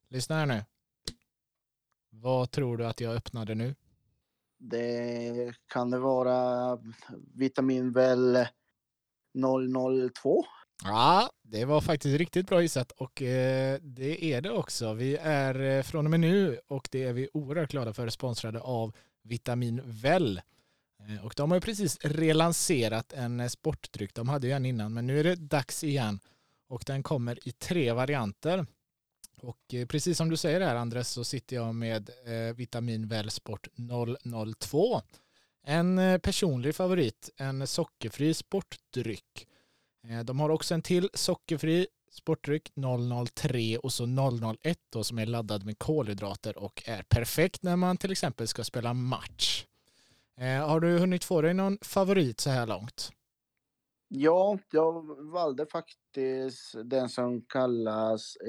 Lyssna här nu. Vad tror du att jag öppnade nu? Det kan det vara Vitaminväl 002? Ja, det var faktiskt riktigt bra gissat och det är det också. Vi är från och med nu och det är vi oerhört glada för, sponsrade av Vitaminväl. Och de har ju precis relanserat en sportdryck. De hade ju en innan, men nu är det dags igen. Och den kommer i 3 varianter. Och precis som du säger här, Andres, så sitter jag med Vitaminväl Sport 002. En personlig favorit, en sockerfri sportdryck. De har också en till sockerfri sportdryck 003 och så 001 då, som är laddad med kolhydrater och är perfekt när man till exempel ska spela match. Har du hunnit få dig någon favorit så här långt? Ja, jag valde faktiskt den som kallas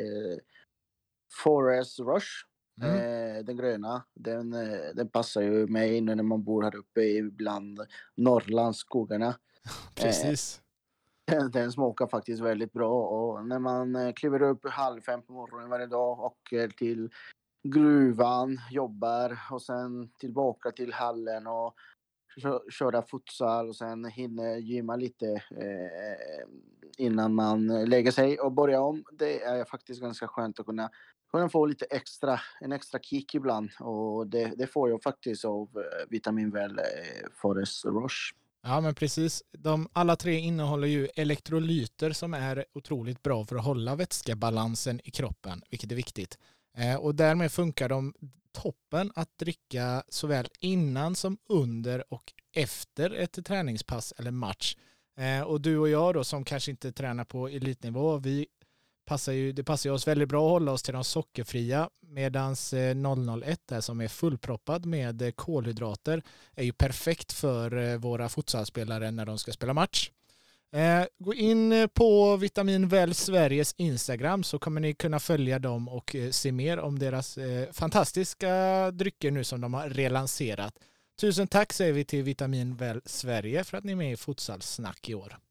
Forest Rush. Den gröna. Den passar ju mig nu när man bor här uppe bland Norrlandsskogarna. Precis. Den smakar faktiskt väldigt bra, och när man kliver upp 4:30 på morgonen varje dag och till gruvan, jobbar och sen tillbaka till hallen och köra futsal och sen hinner gymma lite innan man lägger sig och börjar om. Det är faktiskt ganska skönt att kunna få lite en extra kick ibland, och det får jag faktiskt av Vitaminväl Forest Rush. Ja, men precis. Alla 3 innehåller ju elektrolyter som är otroligt bra för att hålla vätskebalansen i kroppen, vilket är viktigt. Och därmed funkar de toppen att dricka såväl innan som under och efter ett träningspass eller match. Och du och jag då, som kanske inte tränar på elitnivå, det passar ju oss väldigt bra att hålla oss till de sockerfria, medans 001 där, som är fullproppad med kolhydrater, är ju perfekt för våra futsalspelare när de ska spela match. Gå in på Vitaminväl Sveriges Instagram så kommer ni kunna följa dem och se mer om deras fantastiska drycker nu som de har relanserat. Tusen tack säger vi till Vitaminväl Sverige för att ni är med i Futsalsnack i år.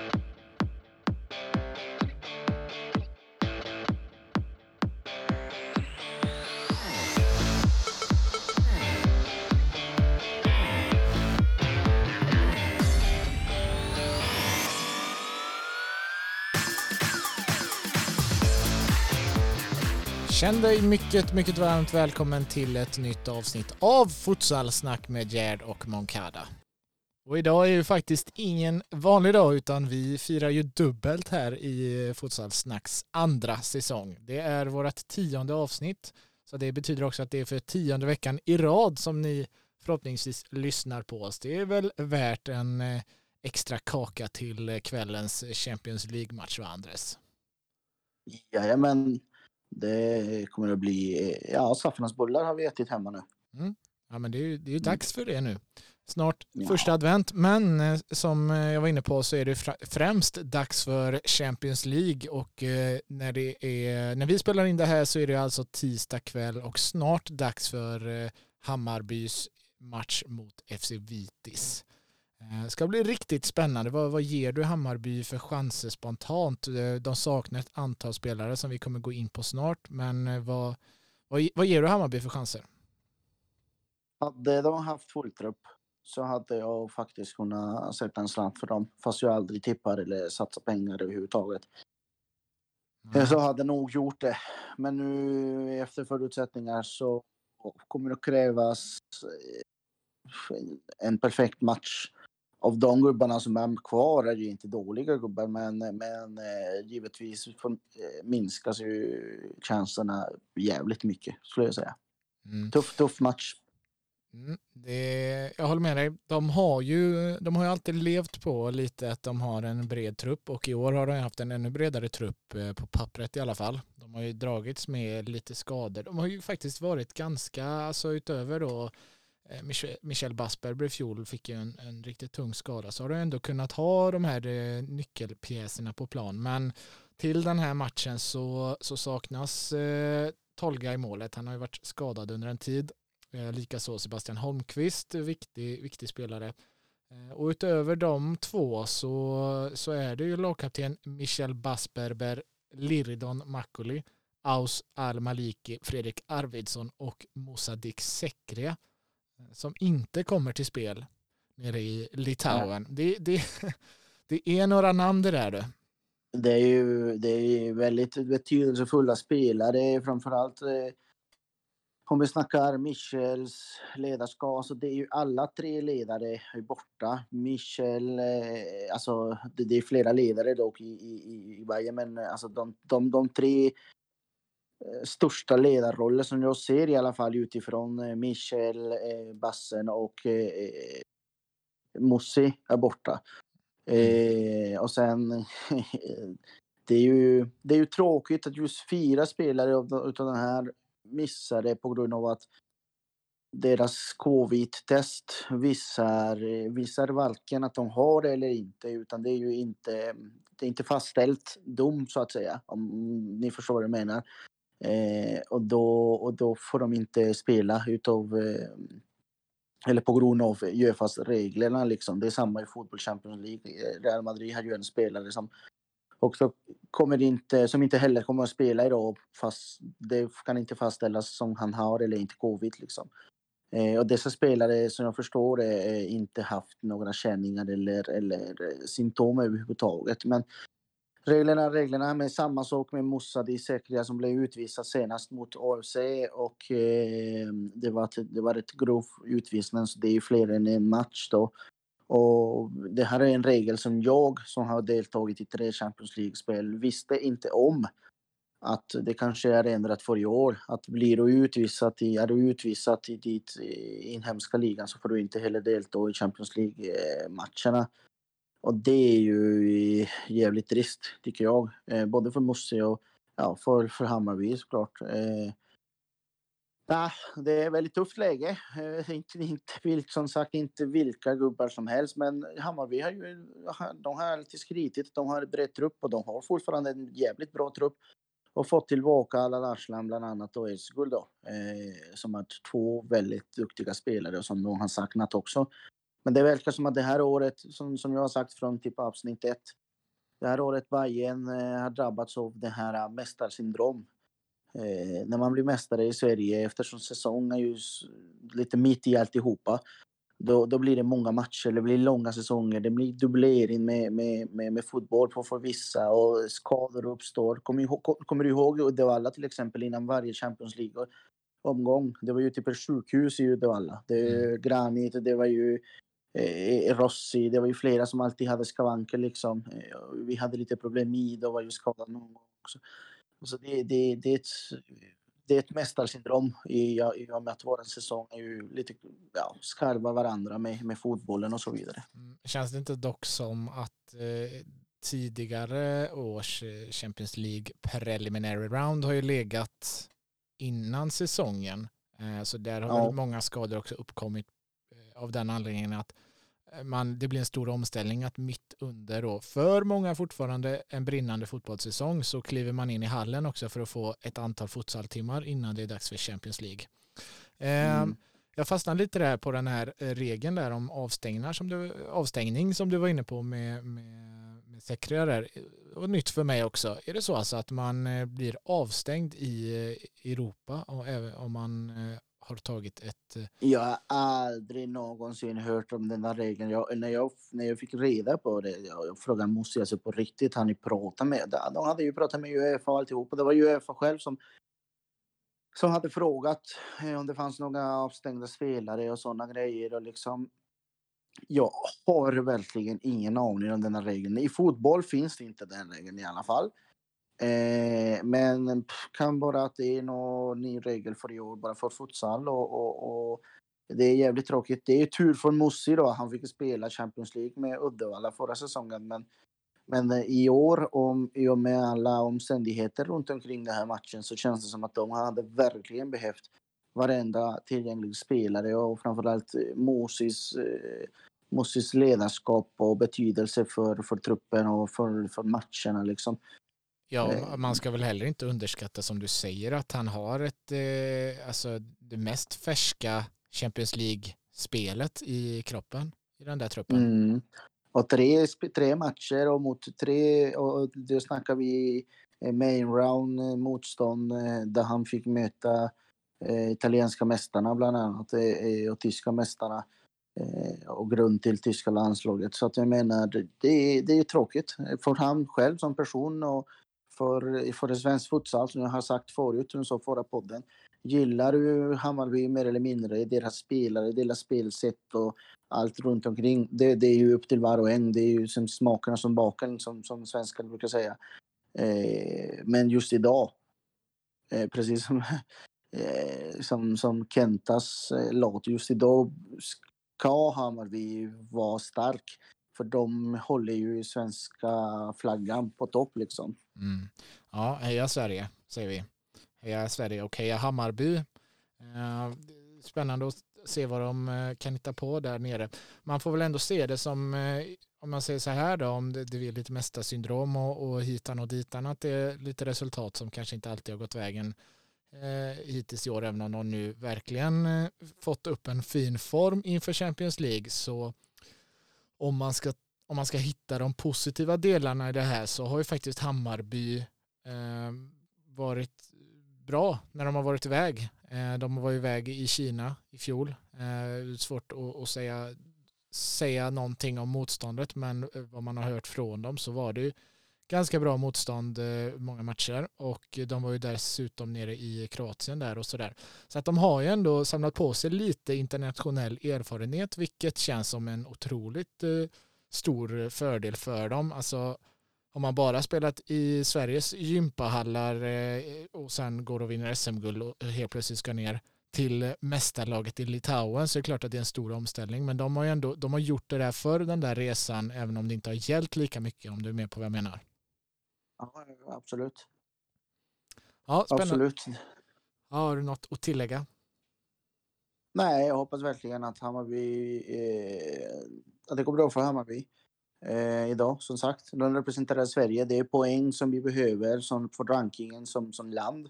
Känn dig mycket, mycket varmt välkommen till ett nytt avsnitt av Futsalsnack med Gerd och Moncada. Och idag är ju faktiskt ingen vanlig dag, utan vi firar ju dubbelt här i Futsalsnacks andra säsong. Det är vårt 10:e avsnitt, så det betyder också att det är för 10:e veckan i rad som ni förhoppningsvis lyssnar på oss. Det är väl värt en extra kaka till kvällens Champions League-match, va, Andres? Jajamän. Det kommer att bli, saffarnas bullar har vi ätit hemma nu. Ja, men det är ju dags för det nu. Snart första advent, men som jag var inne på så är det främst dags för Champions League, och när vi spelar in det här så är det alltså tisdag kväll och snart dags för Hammarbys match mot FC Vitis. Det ska bli riktigt spännande. Vad ger du Hammarby för chanser spontant? De saknar ett antal spelare som vi kommer gå in på snart, men vad ger du Hammarby för chanser? Hade de haft full trupp så hade jag faktiskt kunnat sätta en slant för dem, fast jag aldrig tippar eller satsar pengar överhuvudtaget. Så hade nog gjort det. Men nu efter förutsättningar så kommer det krävas en perfekt match. Av de gubbarna som är kvar är ju inte dåliga gubbar, men givetvis minskas ju chanserna jävligt mycket, skulle jag säga. Tuff match. Jag håller med dig. De har ju alltid levt på lite att de har en bred trupp, och i år har de haft en ännu bredare trupp på pappret i alla fall. De har ju dragits med lite skador. De har ju faktiskt varit ganska, alltså utöver då Michel Basberg i fjol fick ju en riktigt tung skada, så har de ändå kunnat ha de här nyckelpjäserna på plan. Men till den här matchen så saknas Tolga i målet. Han har ju varit skadad under en tid. Likaså Sebastian Holmqvist, viktig spelare. Och utöver de två så är det ju lagkapten Michel Basberger, Liridon Makoli, Aus Al-Maliki, Fredrik Arvidsson och Musadik Sekria som inte kommer till spel nere i Litauen. Det är några namn det där. Du. Det är väldigt betydelsefulla spelare, framförallt om vi snackar Michels ledarskap, alltså det är ju alla 3 ledare är borta. Michel, alltså det är flera ledare dock i Bayern, men alltså de 3 största ledarroller som jag ser i alla fall utifrån Michel, Bassen och Mussi är borta. Och sen det är ju tråkigt att just 4 spelare utav den här missade på grund av att deras covid-test visar varken att de har det eller inte, utan det är ju inte fastställt dom så att säga, om ni förstår vad jag menar. Och då får de inte spela eller på grund av UEFAs reglerna liksom. Det är samma i fotboll Champions League. Real Madrid har ju en spelare som också som inte heller kommer att spela idag, fast det kan inte fastställas som han har eller inte covid liksom. Och dessa spelare som jag förstår inte haft några känningar eller symptom överhuvudtaget. Men reglerna med samma sak med Musadik Sekria som blev utvisad senast mot AFC, och det var ett grov utvisning, så det är fler än en match då. Och det här är en regel som jag som har deltagit i 3 Champions League-spel visste inte om, att det kanske är ändrat för i år, att är du utvisad i ditt inhemska ligan så får du inte heller delta i Champions League-matcherna. Och det är ju jävligt trist tycker jag, både för Musse och för Hammarby såklart. Det är ett väldigt tufft läge. Som sagt inte vilka gubbar som helst, men Hammarby de har alltid skritit, de har en bred trupp och de har fortfarande en jävligt bra trupp. Och fått tillbaka Allan Arslan bland annat och Özgul då, som är 2 väldigt duktiga spelare som de har saknat också. Men det verkar som att det här året, som jag har sagt från typ avsnitt 1, det här året Bayern har drabbats av det här mästarsyndrom. När man blir mästare i Sverige, eftersom säsongen är ju lite mitt i alltihopa, då blir det många matcher, det blir långa säsonger, det blir dubblering med fotboll för vissa och skador uppstår. Kommer du ihåg Uddevalla till exempel innan varje Champions League-omgång? Det var ju typ ett sjukhus i Uddevalla. Granit, det var ju Rossi, det var ju flera som alltid hade skavanker liksom. Vi hade lite problem då var ju skadad någon gång också. Så det är ett mästarsyndrom i och med att vår säsong är ju lite skarva varandra med fotbollen och så vidare. Känns det inte dock som att tidigare års Champions League preliminary round har ju legat innan säsongen, så där har väl många skador också uppkommit av den anledningen att det blir en stor omställning, att mitt under då, för många fortfarande en brinnande fotbollssäsong, så kliver man in i hallen också för att få ett antal futsaltimmar innan det är dags för Champions League. Jag fastnade lite där på den här regeln där om avstängning som du var inne på med Sekria där. Det var nytt för mig också. Är det så alltså att man blir avstängd i Europa om man har tagit ett... Jag har aldrig någonsin hört om den här regeln. När jag fick reda på det, jag frågade Musse alltså på riktigt, han pratat med. De hade ju pratat med UEFA och alltihop, och det var UEFA själv som hade frågat om det fanns några avstängda spelare och sådana grejer. Och liksom, jag har verkligen ingen aning om den här regeln. I fotboll finns det inte den regeln i alla fall. Men kan bara att det är någon ny regel för i år bara för futsal och det är jävligt tråkigt. Det är tur för Mussi då, han fick spela Champions League med Uddevalla förra säsongen, men i år i och med alla omständigheter runt omkring den här matchen så känns det som att de hade verkligen behövt varenda tillgänglig spelare, och framförallt Mussis ledarskap och betydelse för truppen och för matcherna liksom. Ja, man ska väl heller inte underskatta, som du säger, att han har det mest färska Champions League-spelet i kroppen i den där truppen. Och tre matcher och mot 3, och då snackar vi main round motstånd där han fick möta italienska mästarna bland annat och tyska mästarna och grund till tyska landslaget. Så att jag menar, det är tråkigt för han själv som person och för det svenska futsal, som jag har sagt förut, som så förra podden. Gillar du Hammarby mer eller mindre, deras spelare, deras spelsätt och allt runt omkring, det är ju upp till var och en. Det är ju som smakerna som baken, som svenskar brukar säga. Men just idag, precis som Kentas låt, just idag ska Hammarby vara stark. För de håller ju svenska flaggan på topp liksom. Mm. Ja, heja Sverige, säger vi. Heja Sverige och heja Hammarby. Spännande att se vad de kan hitta på där nere. Man får väl ändå se det som, om man säger så här då, om det är lite mästarsyndrom och hitan och ditan, att det är lite resultat som kanske inte alltid har gått vägen hittills i år, även om de nu verkligen fått upp en fin form inför Champions League. Så om man ska hitta de positiva delarna i det här, så har ju faktiskt Hammarby varit bra när de har varit iväg. De var iväg i Kina i fjol. Svårt att säga någonting om motståndet, men vad man har hört från dem så var det ju ganska bra motstånd många matcher, och de var ju dessutom nere i Kroatien där och sådär. Så att de har ju ändå samlat på sig lite internationell erfarenhet, vilket känns som en otroligt stor fördel för dem. Alltså om man bara spelat i Sveriges gympahallar och sen går och vinner SM-guld och helt plötsligt ska ner till mästarlaget i Litauen, så är det klart att det är en stor omställning, men de har gjort det där för den där resan, även om det inte har gällt lika mycket, om du är med på vad jag menar. Ja, absolut. Ja, spännande. Absolut. Ja, har du något att tillägga? Nej, jag hoppas verkligen att Hammarby att det går bra för Hammarby idag. Som sagt, de representerar Sverige. Det är poäng som vi behöver för rankingen som land.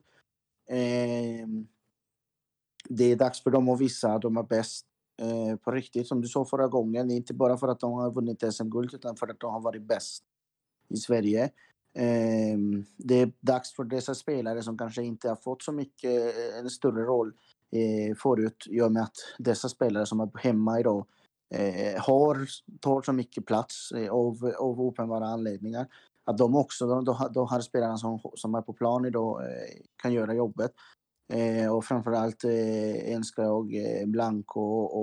Det är dags för dem att visa att de är bäst på riktigt. Som du sa förra gången, det är inte bara för att de har vunnit SM-guld, utan för att de har varit bäst i Sverige. Det är dags för dessa spelare som kanske inte har fått så mycket en större roll förut, i och med att dessa spelare som är hemma idag tar så mycket plats av uppenbara anledningar, att de också, de här spelarna som är på plan idag kan göra jobbet. Och framförallt önskar jag Blanco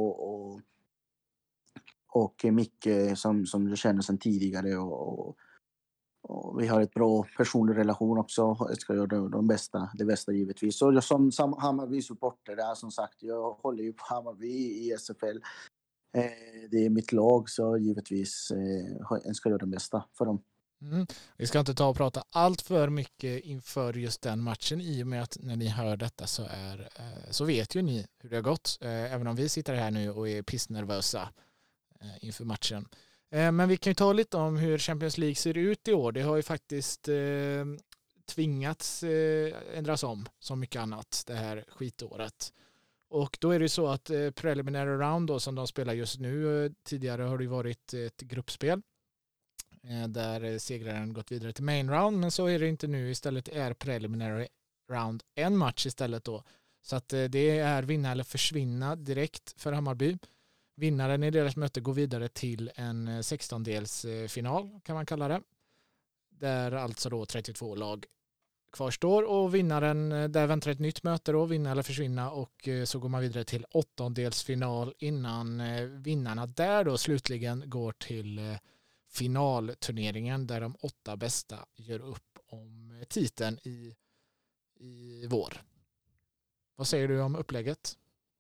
och Micke som jag känner sedan tidigare, och vi har ett bra personlig relation också. Jag ska göra det bästa givetvis. Så jag som Hammarby-supporter där, som sagt, jag håller ju på Hammarby i SFL. Det är mitt lag, så givetvis jag ska göra det bästa för dem. Vi ska inte ta och prata allt för mycket inför just den matchen, i och med att när ni hör detta så vet ju ni hur det har gått, även om vi sitter här nu och är pissnervösa inför matchen. Men vi kan ju ta lite om hur Champions League ser ut i år. Det har ju faktiskt tvingats ändras om som mycket annat det här skitåret. Och då är det ju så att preliminary round då, som de spelar just nu, tidigare har det ju varit ett gruppspel där segraren gått vidare till main round, men så är det inte nu. Istället är preliminary round en match istället då. Så att det är vinna eller försvinna direkt för Hammarby. Vinnaren i deras möte går vidare till en 16-delsfinal, kan man kalla det. Där alltså då 32 lag kvarstår, och vinnaren, där väntar ett nytt möte då, vinna eller försvinna, och så går man vidare till 8-delsfinal innan vinnarna där då slutligen går till finalturneringen där de 8 bästa gör upp om titeln i vår. Vad säger du om upplägget?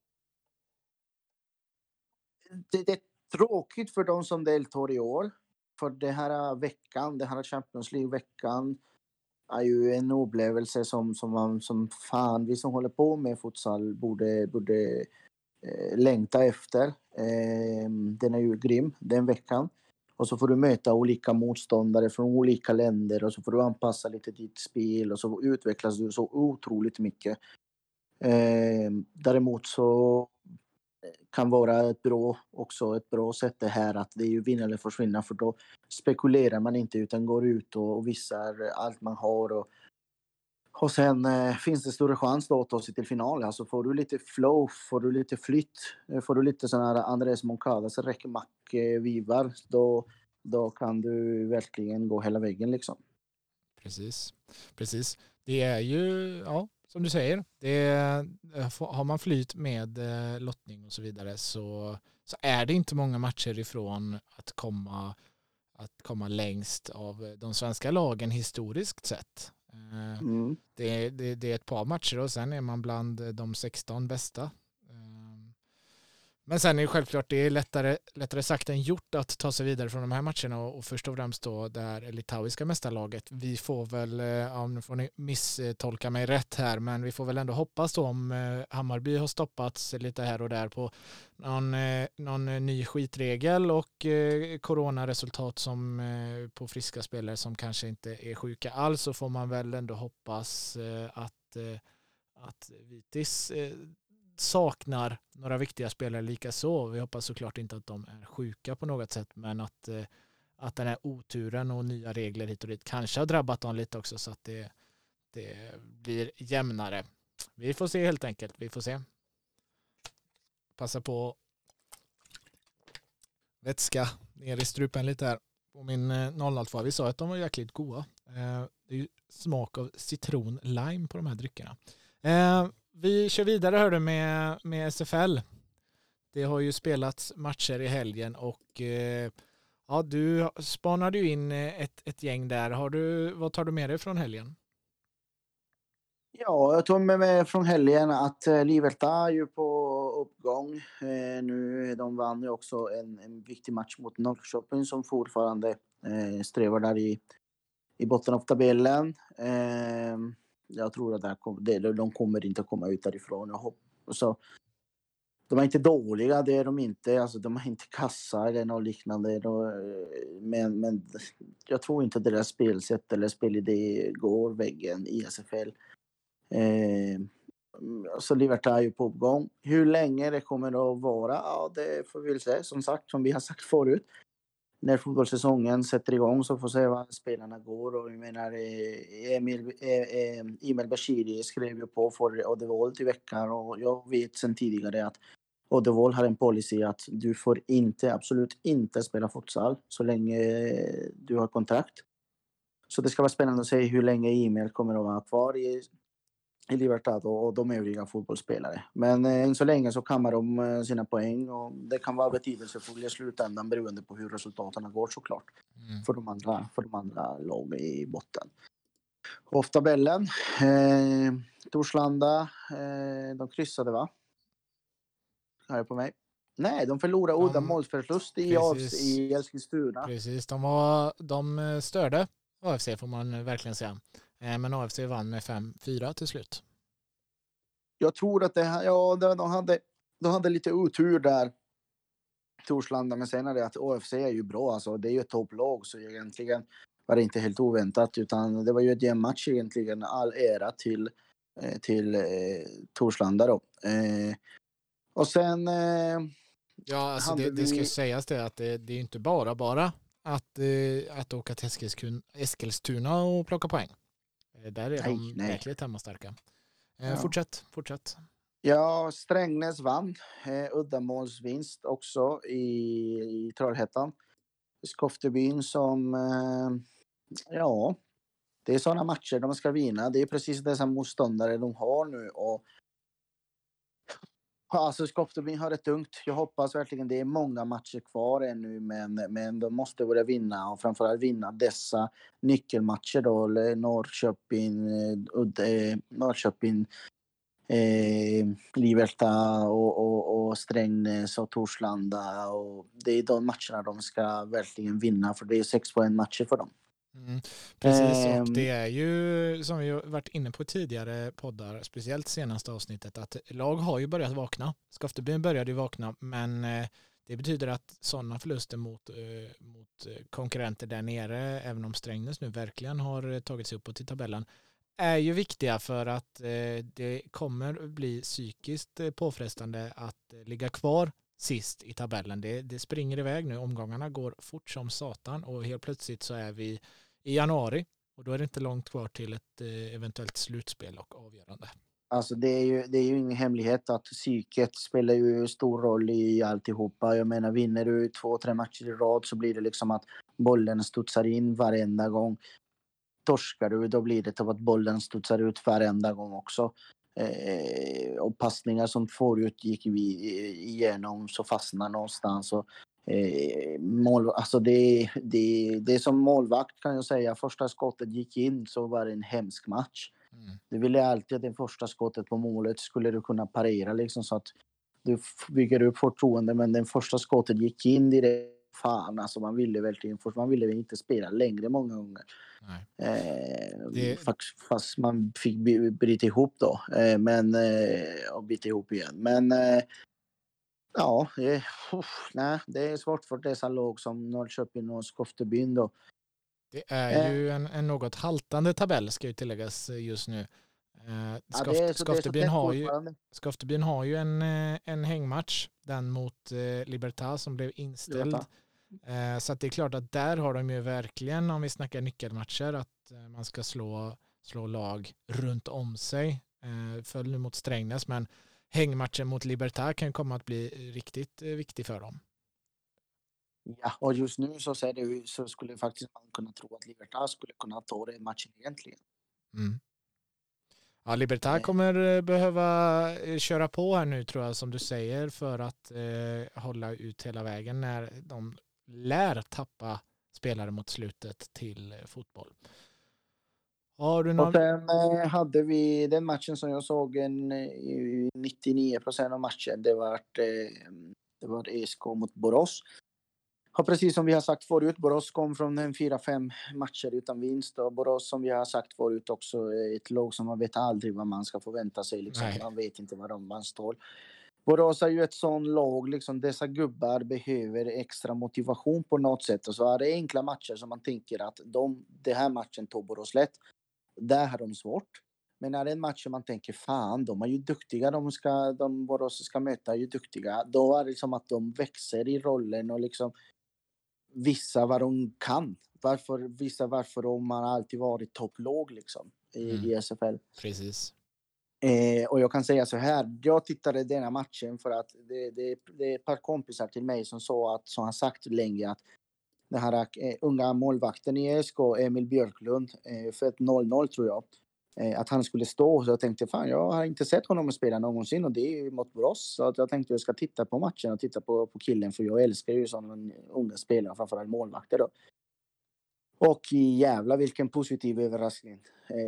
Det är tråkigt för de som deltar i år. För det här Champions League-veckan är ju en upplevelse som fan vi som håller på med futsal borde längta efter. Den är ju grym den veckan. Och så får du möta olika motståndare från olika länder, och så får du anpassa lite ditt spel, och så utvecklas du så otroligt mycket. Däremot så kan vara ett bra sätt det här, att det är ju vinna eller försvinna, för då spekulerar man inte utan går ut och visar allt man har Och sen finns det större chans då att ta sig till final. Alltså får du lite flow, får du lite flytt, får du lite sån här Andres Moncadas räckmack-vivar, då kan du verkligen gå hela väggen liksom. Precis. Det är ju, ja, som du säger, har man flyt med lottning och så vidare så är det inte många matcher ifrån att komma längst av de svenska lagen historiskt sett. Det är ett par matcher och sen är man bland de 16 bästa. Men sen är det självklart det är lättare sagt än gjort att ta sig vidare från de här matcherna och först och främst då det litauiska mästarlaget. Vi får väl, nu får ni misstolka mig rätt här, men vi får väl ändå hoppas då om Hammarby har stoppats lite här och där på någon ny skitregel och coronaresultat som på friska spelare som kanske inte är sjuka alls, så får man väl ändå hoppas att Vitis saknar några viktiga spelare lika så. Vi hoppas såklart inte att de är sjuka på något sätt, men att den här oturen och nya regler hit och dit kanske har drabbat dem lite också så att det blir jämnare. Vi får se helt enkelt. Vi får se. Passa på vätska ner i strupen lite här. Och min 002, vi sa att de var jäkligt goda. Det är ju smak av citron, lime på de här dryckerna. Vi kör vidare hörde med SFL. Det har ju spelats matcher i helgen och ja, du spanade ju in ett gäng där. Vad tar du med dig från helgen? Ja, jag tog med mig från helgen att Libertad är ju på uppgång. Nu de vann ju också en viktig match mot Norrköping som fortfarande strävar där i botten av tabellen. Jag tror att de kommer inte komma ut därifrån. Jag hoppas så. De är inte dåliga, det är de inte. Alltså, de är inte kassa eller något liknande. Men jag tror inte att deras spelsätt eller spelidé går väggen i SFL. Så Libertad är ju på uppgång. Hur länge det kommer att vara, ja, det får vi väl se. Som sagt, som vi har sagt förut. När fotbollssäsongen sätter igång så får vi se vad spelarna går. Och jag menar, Emil Bashiri skrev ju på för Oddevall i veckan. Och jag vet sedan tidigare att Oddevall har en policy att du får absolut inte spela futsal så länge du har kontrakt. Så det ska vara spännande att se hur länge Emil kommer att vara kvar i Libertad och de övriga fotbollsspelare. Men än så länge så kammar de sina poäng och det kan vara betydelsefullt i slutändan beroende på hur resultaten går såklart. För de andra lag i botten. Och tabellen. Torslanda, de kryssade va? Här på mig. Nej, de förlorade udda målsförlust i Eskilstuna. Precis, de störde AFC får man verkligen säga. Men AFC vann med 5-4 till slut. Jag tror att de hade lite otur där. Torslanda, men sen är det att AFC är ju bra. Alltså, det är ju ett topplag så egentligen var det inte helt oväntat. Utan det var ju ett jämn match egentligen. All ära till Torslanda då. Och sen... ja, alltså det ska ju sägas det att det är inte bara att åka till Eskilstuna och plocka poäng. Där är de verkligen hemmastarka. Fortsätt. Ja, Strängnäs vann. Uddamålsvinst också i Trollhättan. Skoftebyn som... ja, det är sådana matcher de ska vinna. Det är precis dessa motståndare de har nu. Och alltså Skoftebyn har det tungt. Jag hoppas verkligen det är många matcher kvar ännu. Men de måste börja vinna. Och framförallt vinna dessa nyckelmatcher då. Norrköping, Libertad och Strängnäs och Torslanda. Och det är de matcherna de ska verkligen vinna. För det är 6 poäng matcher för dem. Precis, och det är ju som vi varit inne på tidigare poddar, speciellt senaste avsnittet, att lag har ju börjat vakna. Skoftebyn började ju vakna, men det betyder att sådana förluster mot konkurrenter där nere, även om Strängnäs nu verkligen har tagit sig uppåt i tabellen, är ju viktiga för att det kommer bli psykiskt påfrestande att ligga kvar sist i tabellen. Det springer iväg nu. Omgångarna går fort som satan och helt plötsligt så är vi i januari Och då är det inte långt kvar till ett eventuellt slutspel och avgörande. Alltså det är ju ingen hemlighet att psyket spelar ju stor roll i alltihopa. Jag menar, vinner du 2-3 matcher i rad så blir det liksom att bollen studsar in varenda gång. Torskar du, då blir det till att bollen studsar ut varenda gång också. Och passningar som förut gick vi igenom så fastnar någonstans. Och, alltså det är som målvakt kan jag säga. Första skottet gick in så var det en hemsk match. Du ville alltid att det första skottet på målet skulle du kunna parera liksom, så att du bygger upp förtroende, men den första skottet gick in i det. Fan, alltså man ville inte spela längre många gånger. Fast man fick bryta ihop då. Och byta ihop igen. Men ja, det är svårt för dessa lag som Norrköping och Skoftebyn då. Det är ju en något haltande tabell, ska ju tilläggas just nu. Skoftebyn har ju en hängmatch, den mot Libertad som blev inställd. Så att det är klart att där har de ju verkligen, om vi snackar nyckelmatcher, att man ska slå lag runt om sig. Föll nu mot Strängnäs, men hängmatchen mot Libertad kan komma att bli riktigt viktig för dem. Ja, och just nu så skulle faktiskt man kunna tro att Libertad skulle kunna ta den matchen egentligen. Ja, Libertad kommer behöva köra på här nu, tror jag, som du säger, för att hålla ut hela vägen när de lär tappa spelare mot slutet till fotboll. Har du någon... Och sen hade vi den matchen som jag såg 99% av matchen. Det var ESK mot Borås. Och precis som vi har sagt förut, Borås kom från 4-5 matcher utan vinst. Och Borås, som vi har sagt förut, också ett lag som man vet aldrig vad man ska förvänta sig. Liksom. Man vet inte vad man står. Borås är ju ett sånt lag, liksom, dessa gubbar behöver extra motivation på något sätt. Och så är det enkla matcher som man tänker att det här matchen tog Borås lätt. Där har de svårt. Men när det är en match som man tänker, fan, de är ju duktiga, de Borås ska möta är ju duktiga. Då är det som att de växer i rollen och liksom vissa vad de kan. Varför de har alltid varit topplåg liksom i SFL. Precis. Och jag kan säga så här, jag tittade denna matchen för att det är ett par kompisar till mig som har sagt länge att den här unga målvakten i SK, Emil Björklund, för ett 0-0 tror jag, att han skulle stå. Så jag tänkte, fan, jag har inte sett honom spela någonsin, och det är ju mot Borås. Så att jag tänkte jag ska titta på matchen och titta på killen, för jag älskar ju sådana unga spelare, framförallt målvakter då. Och jävla vilken positiv överraskning.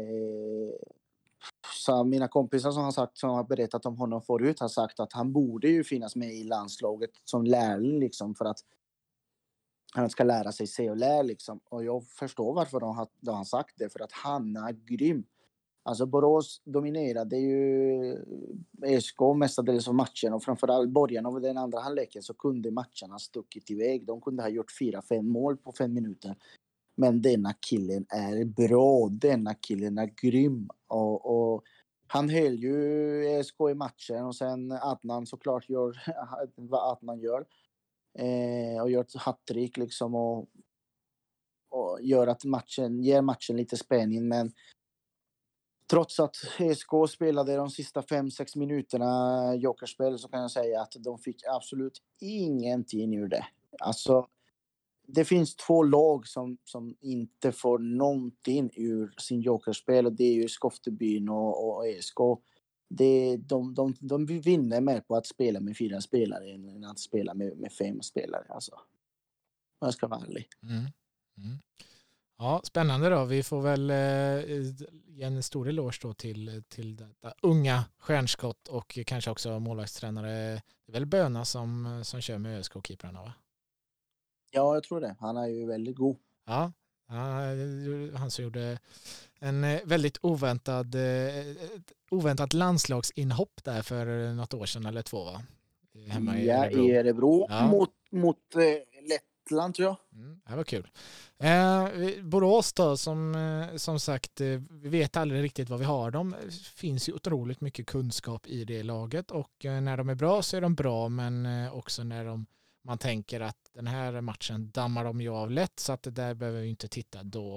Så mina kompisar som har berättat om honom förut har sagt att han borde ju finnas med i landslaget som lärling liksom, för att han ska lära sig se och lära liksom. Och jag förstår varför de har sagt det, för att han är grym. Alltså Borås dominerade ju SK mestadels av matchen, och framförallt början av den andra halvleken så kunde matcherna stuckit iväg. De kunde ha gjort 4-5 mål på 5 minuter. Men denna killen är bra, denna killen är grym. Och han höll ju SK i matchen, och sen Adnan såklart gör vad Adnan gör. Och gör ett hattrick liksom, och gör att ger matchen lite spänning. Men trots att SK spelade de sista 5-6 minuterna jokerspel, så kan jag säga att de fick absolut ingenting ur det. Alltså, det finns 2 lag som inte får någonting ur sin jokerspel, och det är ju Skoftebyn och SK. De vinner mer på att spela med 4 spelare än att spela med 5 spelare. Alltså. Jag ska vara ärlig. Ja, spännande då. Vi får väl ge en stor eloge då till detta unga stjärnskott, och kanske också målvaktstränare. Det är väl Böna som kör med ÖSK-keeprarna, va? Ja, jag tror det. Han är ju väldigt god. Ja, han som gjorde en väldigt oväntat landslagsinhopp där för något år sedan eller 2, va? Hemma i Örebro. Ja. Mot Lettland, tror jag. Det var kul. Borås då, som sagt, vi vet aldrig riktigt vad vi har. De finns ju otroligt mycket kunskap i det laget, och när de är bra så är de bra, men också när man tänker att den här matchen dammar de ju av lätt, så att det där behöver vi inte titta, då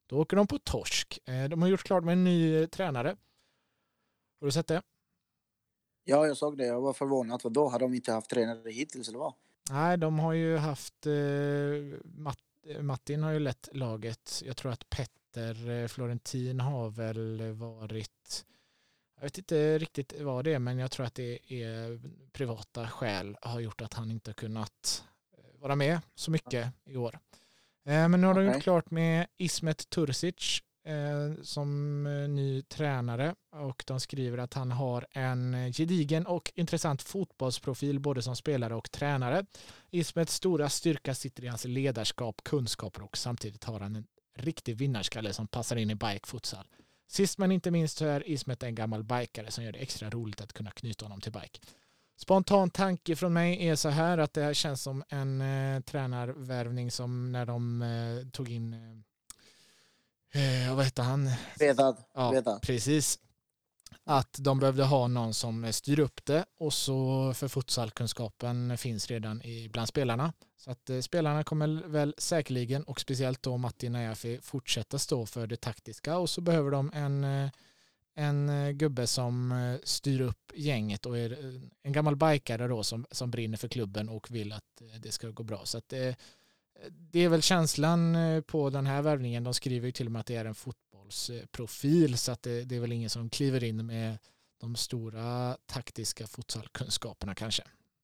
Då åker de på torsk. De har gjort klart med en ny tränare. Har du sett det? Ja, jag såg det. Jag var förvånad. För då har de inte haft tränare hittills, eller vad? Nej, de har ju haft... Martin har ju lett laget. Jag tror att Petter Florentin har väl varit... Jag vet inte riktigt vad det är, men jag tror att det är privata skäl har gjort att han inte har kunnat vara med så mycket i år. Men nu har de gjort klart med Ismet Tursic som ny tränare, och de skriver att han har en gedigen och intressant fotbollsprofil både som spelare och tränare. Ismets stora styrka sitter i hans ledarskap, kunskaper, och samtidigt har han en riktig vinnarskalle som passar in i bike futsal. Sist men inte minst så är Ismet en gammal bikare som gör det extra roligt att kunna knyta honom till bike. Spontan tanke från mig är så här att det här känns som en tränarvärvning som när de tog in vad heter han? Vedad. Precis. Att de behövde ha någon som styr upp det, och så för futsalkunskapen finns redan bland spelarna. Så att spelarna kommer väl säkerligen, och speciellt då Matti Najafi, fortsätta stå för det taktiska, och så behöver de en gubbe som styr upp gänget och är en gammal bikare då som brinner för klubben och vill att det ska gå bra. Så att det är väl känslan på den här värvningen. De skriver ju till och med att det är en fotbollsprofil, så att det är väl ingen som kliver in med de stora taktiska futsalkunskaperna kanske.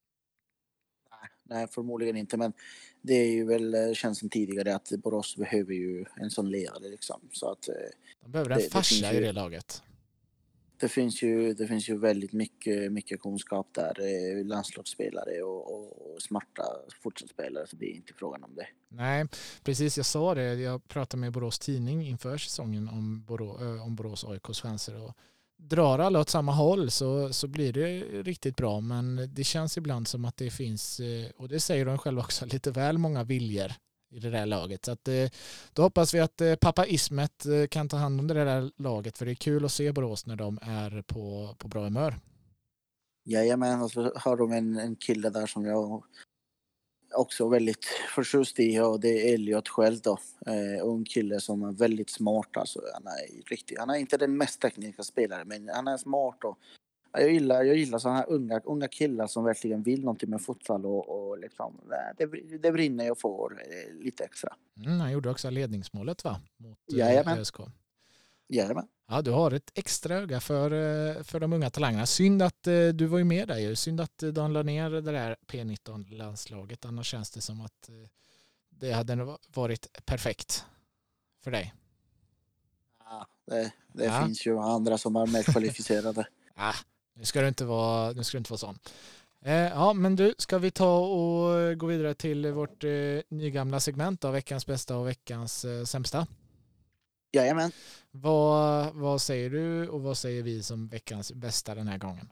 Nej, förmodligen inte, men det är ju väl känslan tidigare att Borås behöver ju en sån ledare liksom. Så att de behöver en farsa i det laget. Det finns ju väldigt mycket kunskap där, landslagsspelare och smarta fotbollsspelare, så det är inte frågan om det. Nej, precis, jag sa det. Jag pratade med Borås tidning inför säsongen om Borås AIKs chanser, och drar alla åt samma håll så blir det riktigt bra, men det känns ibland som att det finns, och det säger de själva också, lite väl många viljor i det där laget. Så att, då hoppas vi att pappa Ismet kan ta hand om det där laget, för det är kul att se Borås när de är på bra humör. Jajamän, och så har de en kille där som jag också är väldigt förtjust i, och det är Elliot själv då. En kille som är väldigt smart. Alltså, han är inte den mest tekniska spelaren, men han är smart. Och jag gillar sådana här unga killar som verkligen vill någonting med fotboll, och liksom, det brinner jag får lite extra. Han gjorde också ledningsmålet, va? Mot ÖSK. Jajamän. Ja, du har ett extra öga för de unga talangerna. Synd att du var ju med där ju. Synd att de la ner det där P19-landslaget. Annars känns det som att det hade varit perfekt för dig. Ja, det finns ju andra som är mer kvalificerade. Nu ska du inte vara sån. Ja, men du, ska vi ta och gå vidare till vårt nygamla segment av veckans bästa och veckans sämsta? Jajamän. Vad säger du och vad säger vi som veckans bästa den här gången?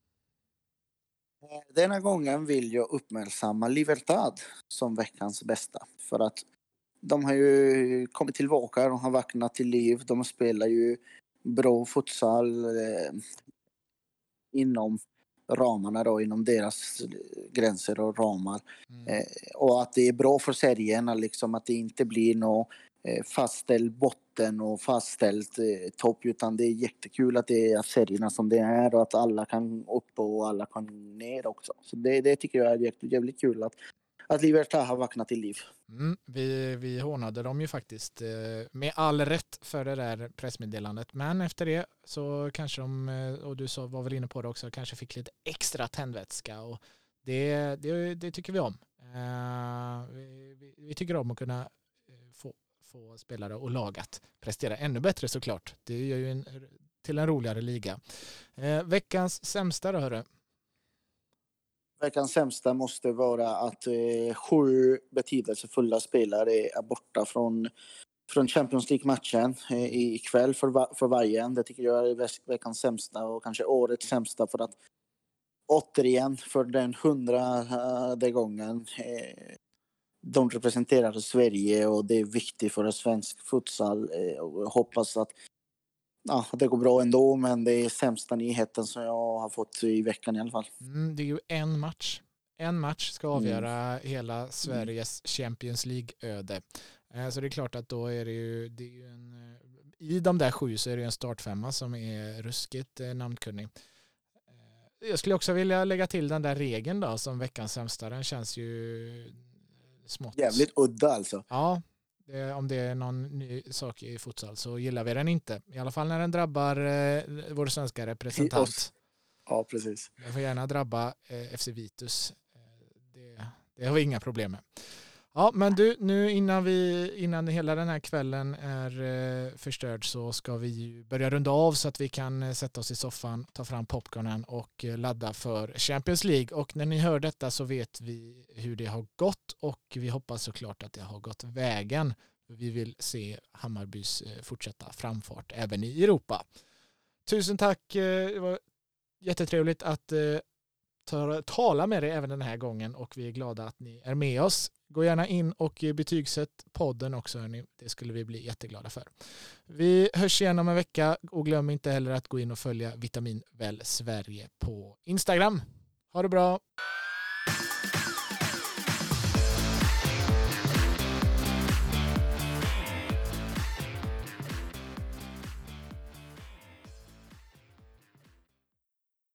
Denna gången vill jag uppmärksamma Libertad som veckans bästa. För att de har ju kommit tillbaka, de har vaknat till liv. De spelar ju bra futsal inom ramarna då, inom deras gränser och ramar. Och att det är bra för serierna, liksom, att det inte blir något fastställd botten och fastställt topp, utan det är jättekul att det är serierna som det är, och att alla kan upp och alla kan ner också. Så det tycker jag är jävligt kul att Libertad har vaknat till liv. Vi hånade dem ju faktiskt med all rätt för det där pressmeddelandet, men efter det så kanske de, och du var väl inne på det också, kanske fick lite extra tändvätska, och det tycker vi om. Vi tycker om att kunna få spelare och lag att prestera ännu bättre, såklart. Det gör ju till en roligare liga. Veckans sämsta då, hörru? Veckans sämsta måste vara att 7 betydelsefulla spelare är borta från Champions League-matchen ikväll för varje. Det tycker jag är veckans sämsta, och kanske årets sämsta, för att återigen för den 100:e gången de representerar Sverige, och det är viktigt för svensk futsal, och jag hoppas att det går bra ändå, men det är sämsta nyheten som jag har fått i veckan i alla fall. Det är ju en match. En match ska avgöra hela Sveriges Champions League-öde. Så det är klart att då är det ju i de där 7 så är det en startfemma som är ruskigt namnkunnig. Jag skulle också vilja lägga till den där regeln då som veckans sämsta. Den känns ju smått. Jävligt udda alltså. Ja, om det är någon ny sak i futsal så gillar vi den inte. I alla fall när den drabbar vår svenska representant. Ja, precis. Den får gärna drabba FC Vitus. Det har vi inga problem med. Ja, men du, nu innan hela den här kvällen är förstörd så ska vi börja runda av så att vi kan sätta oss i soffan, ta fram popcornen och ladda för Champions League. Och när ni hör detta så vet vi hur det har gått och vi hoppas såklart att det har gått vägen. Vi vill se Hammarbys fortsätta framfart även i Europa. Tusen tack, det var jättetrevligt att tala med dig även den här gången och vi är glada att ni är med oss. Gå gärna in och betygsätt podden också. Det skulle vi bli jätteglada för. Vi hörs igen om en vecka och glöm inte heller att gå in och följa Vitaminväl Sverige på Instagram. Ha det bra!